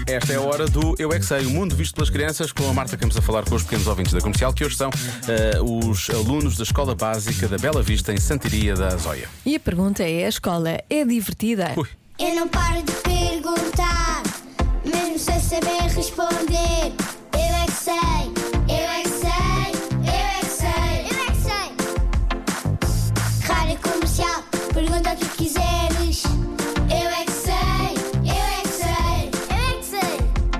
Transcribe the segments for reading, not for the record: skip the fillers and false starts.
Esta é a hora do Eu é que Sei, o mundo visto pelas crianças, com a Marta Campos a falar com os pequenos ouvintes da Comercial, que hoje são os alunos da Escola Básica da Bela Vista, em Santiria da Azóia. E a pergunta é: a escola é divertida? Ui. Eu não paro de perguntar, mesmo sem saber responder. Eu é que sei, eu é que sei, eu é que sei, eu é que sei. Rádio Comercial, pergunta o que quiseres. Eu é que sei, eu é que sei, eu é que sei.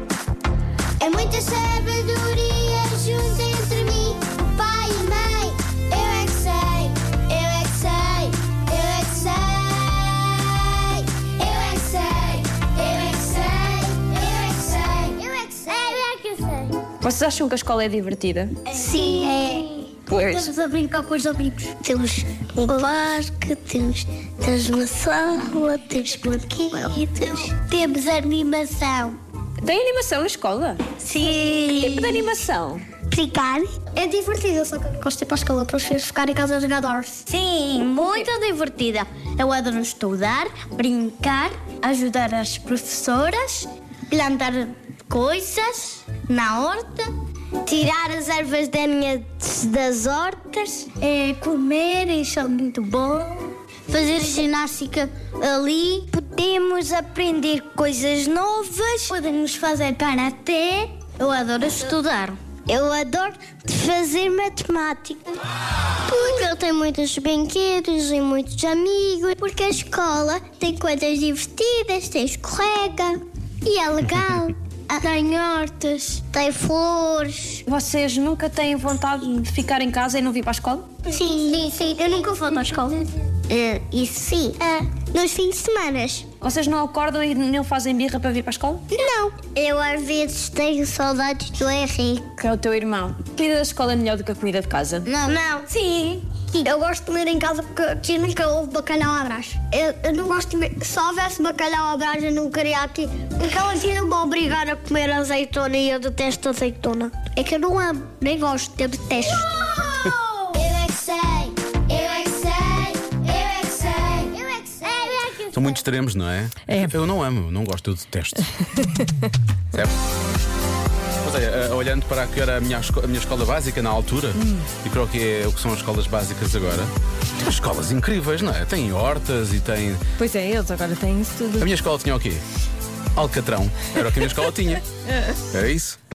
É muita sabedoria junto entre mim, o pai e a mãe. Eu é que sei, eu é que sei, eu é que sei. Eu é que sei, eu é que sei, eu é que sei, eu é que sei, eu é que sei. Vocês acham que a escola é divertida? Sim, é. Pois. Estamos a brincar com os amigos. Temos um parque, temos uma sala, temos brinquedos, temos animação. Tem animação na escola? Que tipo de Sim. animação? Brincar é divertido, só que gosto de ir para a escola para os filhos ficarem em casa a jogar Dors. Sim, muito divertida. Eu adoro estudar, brincar, ajudar as professoras, plantar coisas na horta, tirar as ervas daninhas das hortas, comer, isso é muito bom. Fazer ginástica ali, podemos aprender coisas novas, podemos fazer karatê. Eu adoro estudar. Eu adoro fazer matemática. Porque eu tenho muitos brinquedos e muitos amigos. Porque a escola tem coisas divertidas, tem escorrega e é legal. Tem hortas, tem flores. Vocês nunca têm vontade de ficar em casa e não vir para a escola? Sim. Eu nunca vou à escola. Isso sim. Nos fins de semana. Vocês não acordam e não fazem birra para vir para a escola? Não. Eu às vezes tenho saudades do Henrique. Que é o teu irmão. A comida da escola é melhor do que a comida de casa? Não. Sim. Eu gosto de comer em casa porque aqui nunca houve bacalhau à brás. Eu não gosto de comer. Se houvesse bacalhau à brás, eu não queria aqui. Porque ela vinha-me obrigar a comer azeitona e eu detesto azeitona. É que eu não amo, nem gosto, eu detesto. Eu é que sei, eu é que sei, eu é que sei, eu é que sei, eu é que sei. São muito extremos, não é? É. Eu não amo, eu não gosto, eu detesto. Certo? Mas olhando para o que era a minha escola básica na altura, e para o que é o que são as escolas básicas agora, tem escolas incríveis, não é? Tem hortas e tem. Pois é, eles agora têm isso tudo. A minha escola tinha o quê? Alcatrão. Era o que a minha escola tinha. Era isso.